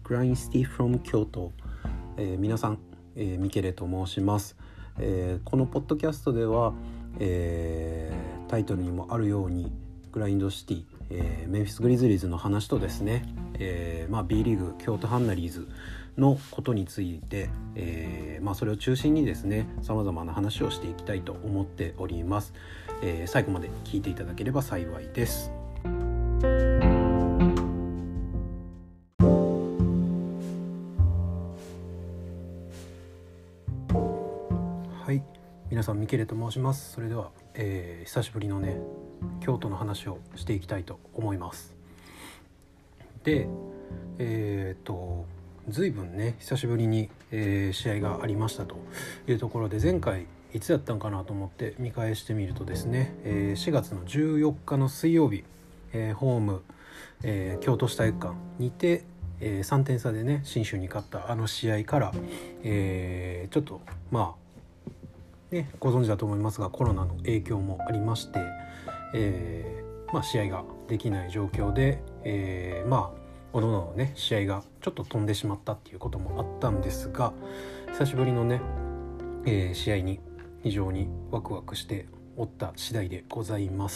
Grind City from 京都、皆さん、ミケレと申します。このポッドキャストでは、タイトルにもあるようにグラインドシティ、メンフィスグリズリーズの話とですね、B リーグ京都ハンナリーズのことについて、それを中心にですね様々な話をしていきたいと思っております。最後まで聞いていただければ幸いです。はい、皆さんミケレと申します。それでは、久しぶりのね京都の話をしていきたいと思います。で、随分ね久しぶりに、試合がありましたというところで、前回いつやったんかなと思って見返してみるとですね、4月の14日の水曜日、ホーム、京都市体育館にて、3点差でね信州に勝ったあの試合から、ちょっとご存知だと思いますがコロナの影響もありまして、試合ができない状況で、おののね試合がちょっと飛んでしまったっていうこともあったんですが、久しぶりのね、試合に非常にワクワクしておった次第でございます。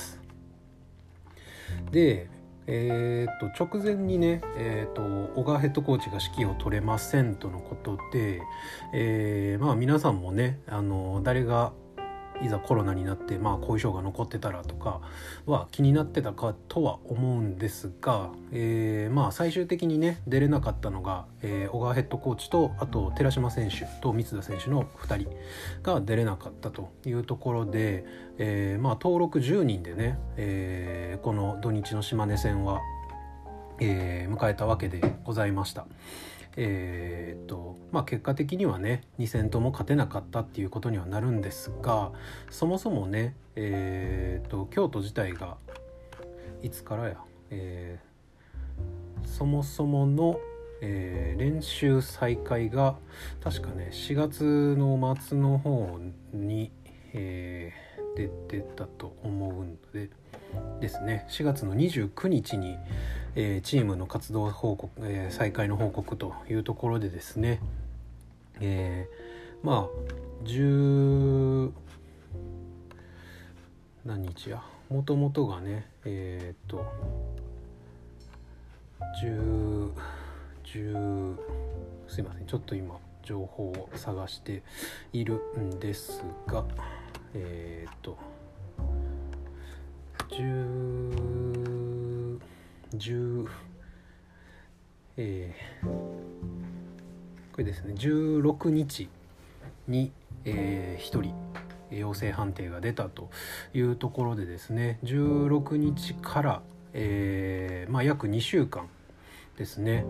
で、直前にね、小川ヘッドコーチが指揮を取れませんとのことで、皆さんもね誰がいざコロナになって後遺症が残ってたらとかは気になってたかとは思うんですが、最終的にね出れなかったのが、小川ヘッドコーチとあと寺島選手と三田選手の2人が出れなかったというところで、登録10人でね、この土日の島根戦は、迎えたわけでございました。結果的にはね2戦とも勝てなかったっていうことにはなるんですが、そもそもね、京都自体がいつからや、そもそもの、練習再開が確かね4月の末の方に、出てたと思うんでですね、4月の29日にチームの活動報告、再開の報告というところでですね、10何日やもともとがねすいません、ちょっと今情報を探しているんですが、これですね16日に、1人陽性判定が出たというところでですね、16日から、約2週間ですね、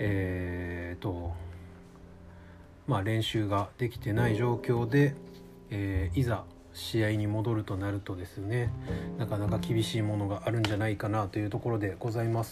練習ができてない状況で、いざ試合に戻るとなるとですね、なかなか厳しいものがあるんじゃないかなというところでございます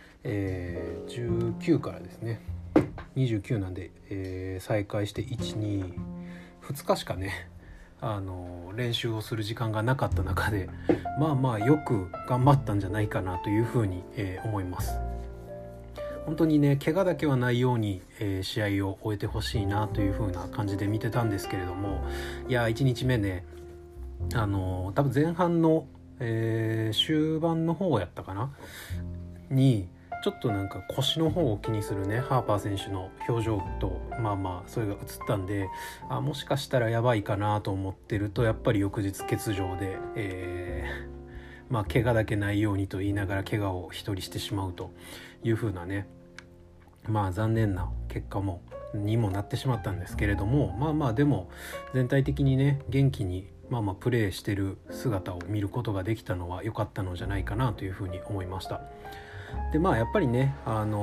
。19からですね29なんで、再開して1、2日しかね練習をする時間がなかった中でよく頑張ったんじゃないかなというふうに、思います。本当にね怪我だけはないように、試合を終えてほしいなという風な感じで見てたんですけれども、いや1日目ね多分前半の、終盤の方やったかなにちょっとなんか腰の方を気にするねハーパー選手の表情とそれが映ったんで、もしかしたらやばいかなと思ってると、やっぱり翌日欠場で、怪我だけないようにと言いながら怪我を一人してしまうという風なね残念な結果にもなってしまったんですけれども、でも全体的にね元気にプレーしてる姿を見ることができたのは良かったのじゃないかなというふうに思いました。でやっぱりね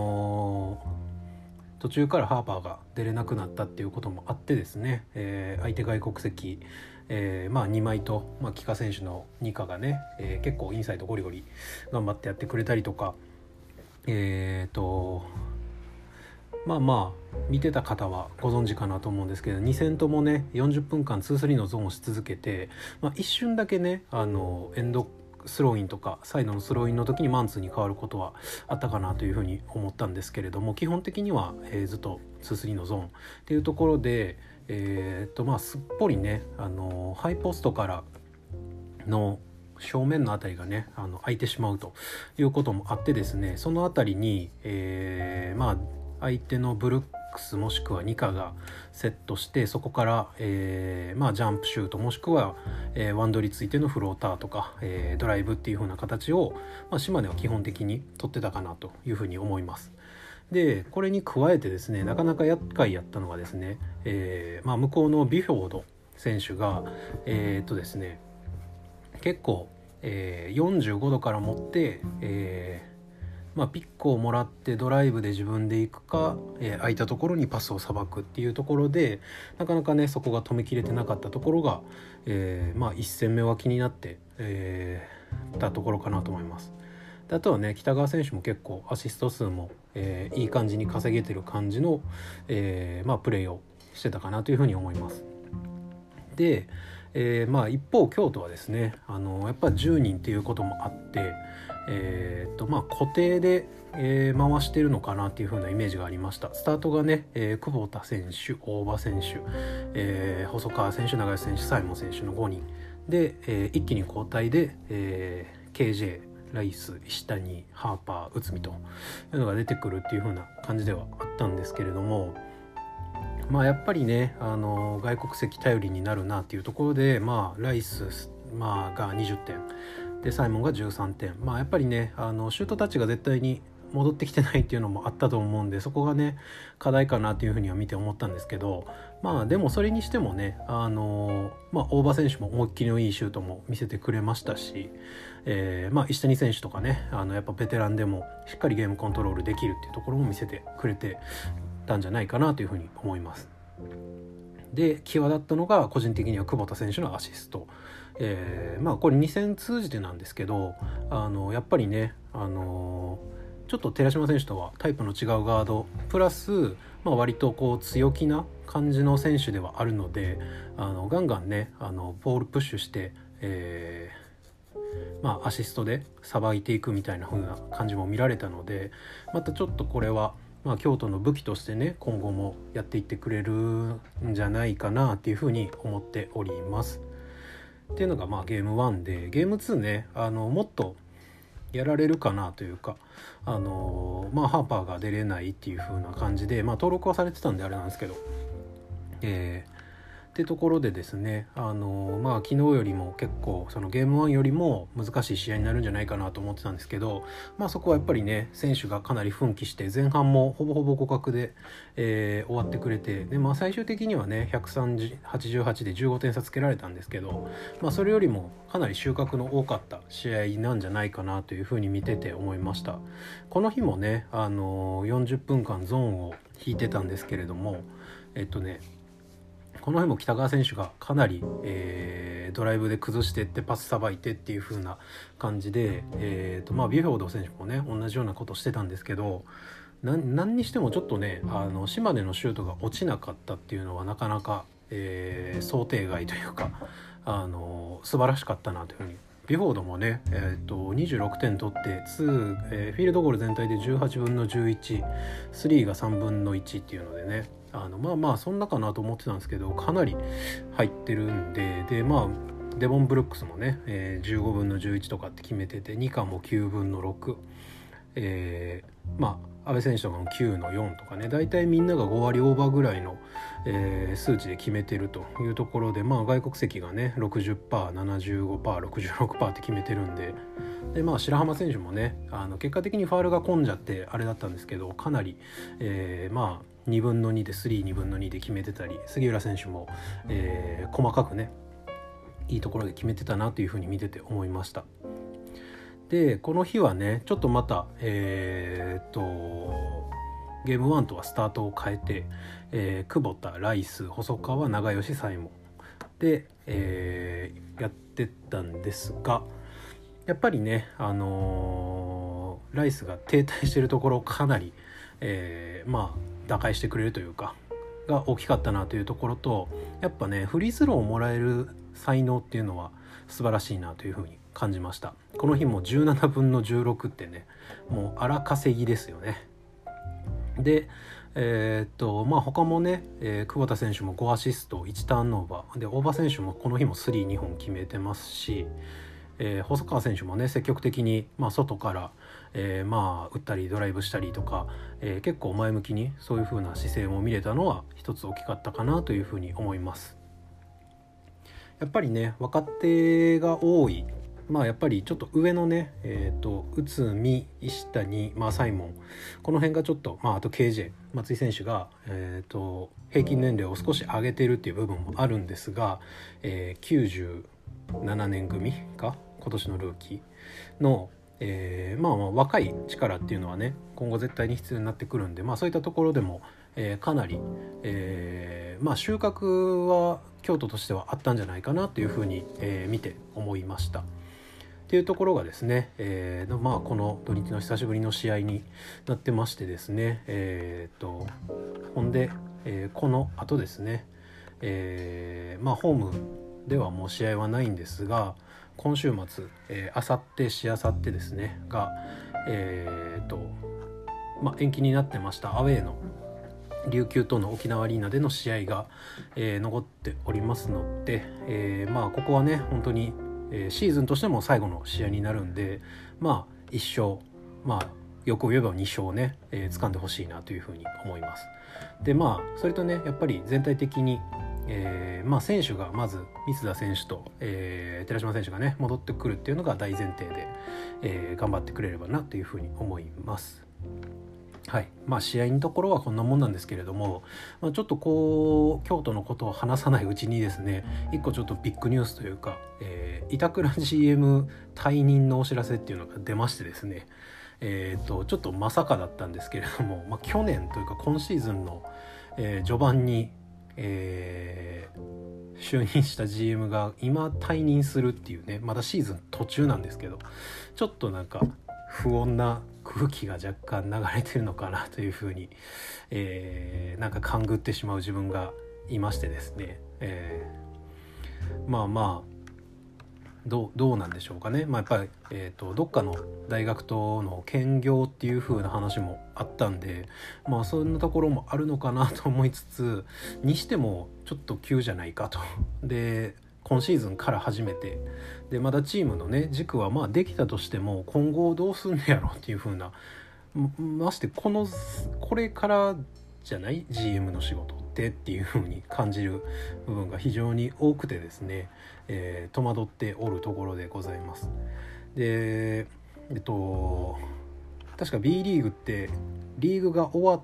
途中からハーパーが出れなくなったっていうこともあってですね、相手外国籍、2枚と、帰化選手のニカがね、結構インサイドゴリゴリ頑張ってやってくれたりとか、見てた方はご存知かなと思うんですけど、2戦ともね40分間 2-3 のゾーンをし続けて、一瞬だけねエンドスローインとかサイドのスローインの時にマンツーに変わることはあったかなというふうに思ったんですけれども、基本的には、ずっと 2-3 のゾーンっていうところで、すっぽりね、ハイポストからの正面のあたりがね空いてしまうということもあってですね、そのあたりに、相手のブルックスもしくはニカがセットして、そこから、ジャンプシュートもしくは、ワンドリついてのフローターとか、ドライブっていう風な形を、島根は基本的に取ってたかなというふうに思います。でこれに加えてですね、なかなか厄介やったのがですね、向こうのビュフォード選手がですね結構、45度から持って、ピックをもらってドライブで自分で行くか、空いたところにパスをさばくっていうところで、なかなかねそこが止めきれてなかったところが、1戦目は気になって、たところかなと思います。であとはね北川選手も結構アシスト数も、いい感じに稼げてる感じの、プレーをしてたかなというふうに思います。で一方京都はですねやっぱ10人っていうこともあって、固定で、回してるのかなっていう風なイメージがありました。スタートがね、久保田選手、大場選手、細川選手、長吉選手、サイモン選手の5人で、一気に交代で、KJ、ライス、石谷、ハーパー、内海というのが出てくるっていう風な感じではあったんですけれども、やっぱりね外国籍頼りになるなっていうところで、ライス、が20点でサイモンが13点、やっぱりねシュートタッチが絶対に戻ってきてないっていうのもあったと思うんで、そこがね課題かなというふうには見て思ったんですけど、でもそれにしてもね大場選手も思いっきりのいいシュートも見せてくれましたし、石谷選手とかねやっぱベテランでもしっかりゲームコントロールできるっていうところも見せてくれてたんじゃないかなというふうに思います。で際立ったのが個人的には久保田選手のアシスト、これ2戦通じてなんですけどやっぱりねちょっと寺島選手とはタイプの違うガードプラス、割とこう強気な感じの選手ではあるのでガンガンねボールプッシュして、アシストでさばいていくみたいな風な感じも見られたので、またちょっとこれは京都の武器としてね今後もやっていってくれるんじゃないかなっていうふうに思っております。っていうのがゲーム1で、ゲーム2ねもっとやられるかなというかハーパーが出れないっていう風な感じで、登録はされてたんであれなんですけど、ってところでですね昨日よりも結構そのゲーム1よりも難しい試合になるんじゃないかなと思ってたんですけど、そこはやっぱりね選手がかなり奮起して前半もほぼほぼ互角で、終わってくれて、で、最終的にはね188で15点差つけられたんですけど、それよりもかなり収穫の多かった試合なんじゃないかなというふうに見てて思いました。この日もね40分間ゾーンを引いてたんですけれどもこの日も北川選手がかなり、ドライブで崩してってパスさばいてっていう風な感じで、ビュフォード選手もね同じようなことしてたんですけど、何にしてもちょっとね島根のシュートが落ちなかったっていうのはなかなか、想定外というか素晴らしかったなというふうに。ビュフォードもね、26点取ってフィールドゴール全体で18分の11、3が3分の1っていうのでねそんなかなと思ってたんですけどかなり入ってるんで、デボン・ブルックスもね、15分の11とかって決めてて、ニカも9分の6、安倍選手とかも9の4とかね、大体みんなが5割オーバーぐらいの、数値で決めてるというところで、外国籍がね 60%、75%、66% って決めてるんで、白浜選手もね結果的にファールが混んじゃってあれだったんですけど、かなり、2分の2で2分の2で決めてたり、杉浦選手も、細かくねいいところで決めてたなというふうに見てて思いました。でこの日はねちょっとまたゲーム1とはスタートを変えて、久保田、ライス、細川、長吉、サイモンで、やってったんですが、やっぱりねライスが停滞してるところをかなり、打開してくれるというかが大きかったなというところと、やっぱねフリースローをもらえる才能っていうのは素晴らしいなというふうに感じました。 この日も17分の16ってね、もう荒稼ぎですよね。で他もね、久保田選手も5アシスト1ターンオーバーで、大場選手もこの日も2本決めてますし、細川選手もね積極的に、外から、打ったりドライブしたりとか、結構前向きにそういう風な姿勢も見れたのは一つ大きかったかなというふうに思います。やっぱりね若手が多い、やっぱりちょっと上のね内海、石谷、サイモン、この辺がちょっと、あと KJ 松井選手が、平均年齢を少し上げてるっていう部分もあるんですが、97年組か今年のルーキーの、若い力っていうのはね今後絶対に必要になってくるんで、そういったところでも、かなり、収穫は京都としてはあったんじゃないかなというふうに、見て思いましたっていうところがですね、この土日の久しぶりの試合になってましてですね、ほんで、この後ですね、ホームではもう試合はないんですが、今週末、あさってしあさってですねが、延期になってましたアウェーの琉球との沖縄アリーナでの試合が、残っておりますので、ここはね本当に、シーズンとしても最後の試合になるんで、1勝、よく言えば2勝ね、掴んでほしいなというふうに思います。でそれとねやっぱり全体的に、選手がまず三田選手と、寺島選手がね戻ってくるっていうのが大前提で、頑張ってくれればなというふうに思います。はい、試合のところはこんなもんなんですけれども、ちょっとこう京都のことを話さないうちにですね、一個ちょっとビッグニュースというか、板倉 GM 退任のお知らせっていうのが出ましてですね、ちょっとまさかだったんですけれども、去年というか今シーズンの、序盤に、就任した GM が今退任するっていうね、まだシーズン途中なんですけど、ちょっとなんか不穏な空気が若干流れてるのかなというふうに、なんか勘ぐってしまう自分がいましてですね、どうなんでしょうかね。やっぱり、どっかの大学との兼業っていう風な話もあったんで、そんなところもあるのかなと思いつつ、にしてもちょっと急じゃないかと。で今シーズンから始めて、でまだチームのね軸はできたとしても今後どうすんねやろっていう風な、ましてこれからじゃない GM の仕事っていう風に感じる部分が非常に多くてですね、戸惑っておるところでございます。で確か B リーグってリーグが終わって、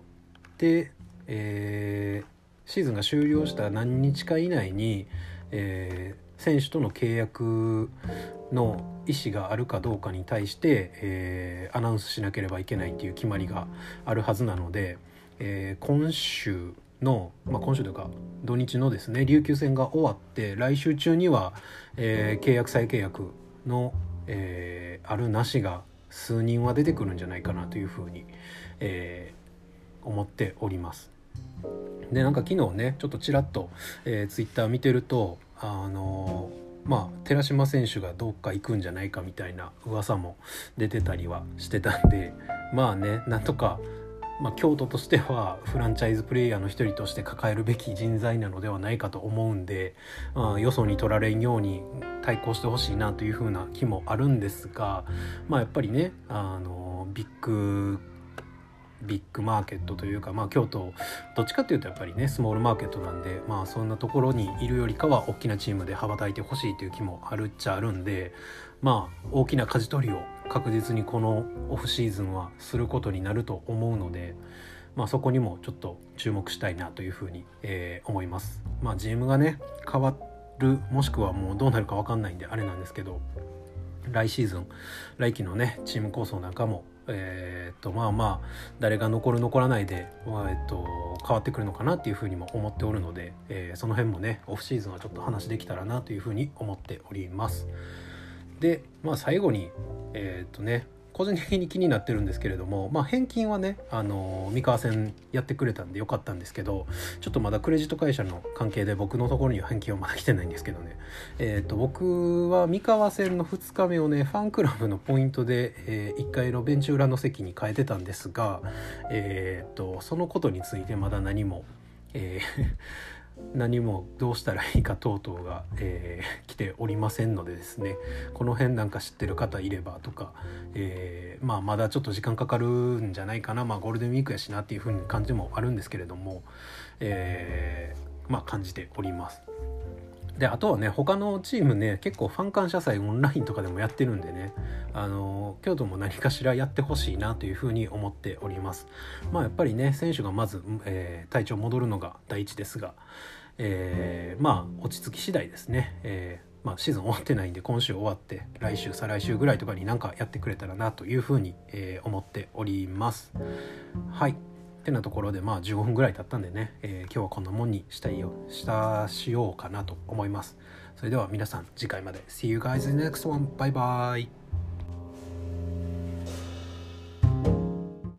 シーズンが終了した何日か以内に、選手との契約の意思があるかどうかに対して、アナウンスしなければいけないっていう決まりがあるはずなので、今週というか土日のですね琉球戦が終わって来週中には、契約再契約の、あるなしが数人は出てくるんじゃないかなというふうに、思っております。でなんか昨日ねちょっとちらっと、ツイッター見てると寺島選手がどっか行くんじゃないかみたいな噂も出てたりはしてたんで、なんとか、京都としてはフランチャイズプレイヤーの一人として抱えるべき人材なのではないかと思うんで、よそに取られんように対抗してほしいなという風な気もあるんですが、やっぱりねビッグマーケットというか、京都どっちかっていうとやっぱりねスモールマーケットなんで、そんなところにいるよりかは大きなチームで羽ばたいてほしいという気もあるっちゃあるんで、大きな舵取りを確実にこのオフシーズンはすることになると思うので、そこにもちょっと注目したいなというふうに、思います。GM がね変わるもしくはもうどうなるか分かんないんであれなんですけど、来シーズン来季のねチーム構想なんかも誰が残る残らないで、変わってくるのかなっていうふうにも思っておるので、その辺もねオフシーズンはちょっと話できたらなというふうに思っております。で最後に今個人的に気になってるんですけれども、返金はね三河線やってくれたんでよかったんですけど、ちょっとまだクレジット会社の関係で僕のところには返金はまだ来てないんですけどね、僕は三河線の2日目をねファンクラブのポイントで、1階のベンチ裏の席に変えてたんですが、そのことについてまだ何も何もどうしたらいいか等々が、来ておりませんのでですね、この辺なんか知ってる方いればとか、まだちょっと時間かかるんじゃないかな、ゴールデンウィークやしなっていう風に感じもあるんですけれども、感じております。であとはね他のチームね結構ファン感謝祭オンラインとかでもやってるんでね、京都も何かしらやってほしいなというふうに思っております。やっぱりね選手がまず、体調戻るのが第一ですが、落ち着き次第ですね、シーズン終わってないんで今週終わって来週再来週ぐらいとかになんかやってくれたらなというふうに、思っております。はいってなところで15分ぐらい経ったんでね、今日はこんなもんにしようかなと思います。それでは皆さん次回まで See you guys in the next one. Bye bye.